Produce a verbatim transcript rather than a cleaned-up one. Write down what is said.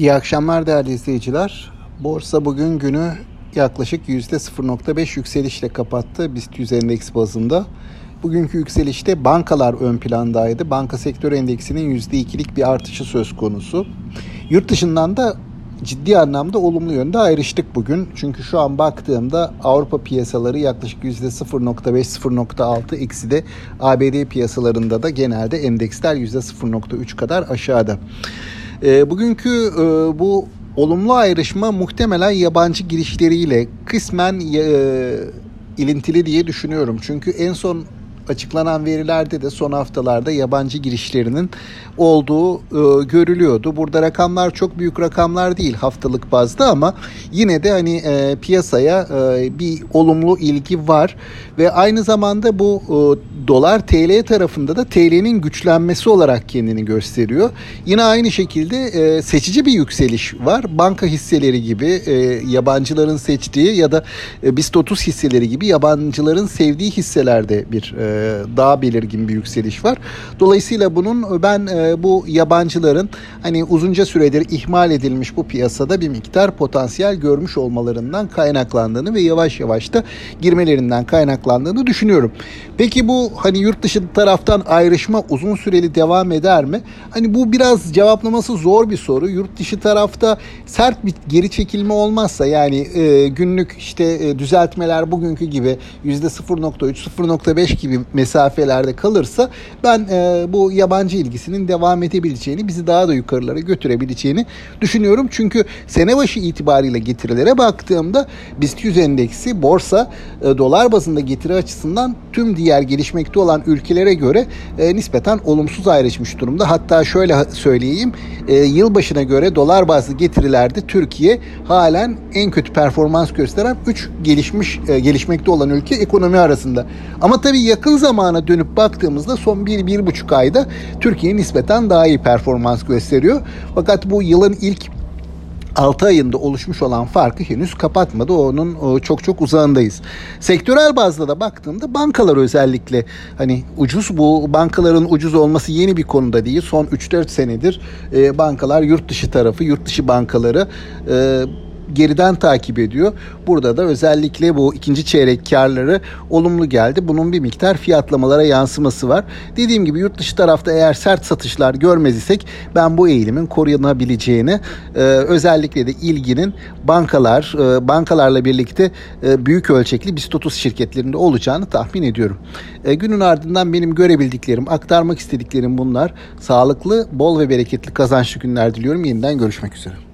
İyi akşamlar değerli izleyiciler. Borsa bugün günü yaklaşık yüzde sıfır nokta beş yükselişle kapattı BIST yüz endeks bazında. Bugünkü yükselişte bankalar ön plandaydı. Banka sektör endeksinin yüzde ikilik bir artışı söz konusu. Yurt dışından da ciddi anlamda olumlu yönde ayrıştık bugün. Çünkü şu an baktığımda Avrupa piyasaları yaklaşık yüzde sıfır nokta beş sıfır nokta altı eksi de A B D piyasalarında da genelde endeksler yüzde sıfır nokta üç kadar aşağıda. E, bugünkü e, bu olumlu ayrışma muhtemelen yabancı girişleriyle kısmen e, ilintili diye düşünüyorum. Çünkü en son açıklanan verilerde de son haftalarda yabancı girişlerinin olduğu e, görülüyordu. Burada rakamlar çok büyük rakamlar değil haftalık bazda ama yine de hani e, piyasaya e, bir olumlu ilgi var ve aynı zamanda bu e, dolar T L tarafında da T L'nin güçlenmesi olarak kendini gösteriyor. Yine aynı şekilde e, seçici bir yükseliş var. Banka hisseleri gibi e, yabancıların seçtiği ya da e, BIST otuz hisseleri gibi yabancıların sevdiği hisselerde bir e, daha belirgin bir yükseliş var. Dolayısıyla bunun ben e, bu yabancıların hani uzunca süredir ihmal edilmiş bu piyasada bir miktar potansiyel görmüş olmalarından kaynaklandığını ve yavaş yavaş da girmelerinden kaynaklandığını düşünüyorum. Peki bu hani yurt dışı taraftan ayrışma uzun süreli devam eder mi? Hani bu biraz cevaplaması zor bir soru. Yurt dışı tarafta sert bir geri çekilme olmazsa yani e, günlük işte e, düzeltmeler bugünkü gibi yüzde sıfır nokta üç sıfır nokta beş gibi mesafelerde kalırsa ben e, bu yabancı ilgisinin devam edebileceğini, bizi daha da yukarılara götürebileceğini düşünüyorum. Çünkü sene başı itibariyle getirilere baktığımda BIST yüz endeksi borsa e, dolar bazında getiri açısından tüm diğer gelişmekte olan ülkelere göre e, nispeten olumsuz ayrışmış durumda. Hatta şöyle söyleyeyim, e, yılbaşına göre dolar bazlı getirilerde Türkiye halen en kötü performans gösteren üç gelişmiş e, gelişmekte olan ülke ekonomi arasında. Ama tabii yakın zamana dönüp baktığımızda son bir bir buçuk ayda Türkiye nispeten daha iyi performans gösteriyor. Fakat bu yılın ilk altı ayında oluşmuş olan farkı henüz kapatmadı. Onun çok çok uzağındayız. Sektörel bazda da baktığımda bankalar özellikle hani ucuz, bu bankaların ucuz olması yeni bir konuda değil. Son üç dört senedir e, bankalar yurt dışı tarafı, yurt dışı bankaları e, geriden takip ediyor. Burada da özellikle bu ikinci çeyrek karları olumlu geldi. Bunun bir miktar fiyatlamalara yansıması var. Dediğim gibi yurt dışı tarafta eğer sert satışlar görmez isek ben bu eğilimin korunabileceğini, e, özellikle de ilginin bankalar, e, bankalarla birlikte e, büyük ölçekli BIST otuz şirketlerinde olacağını tahmin ediyorum. E, günün ardından benim görebildiklerim, aktarmak istediklerim bunlar. Sağlıklı, bol ve bereketli, kazançlı günler diliyorum. Yeniden görüşmek üzere.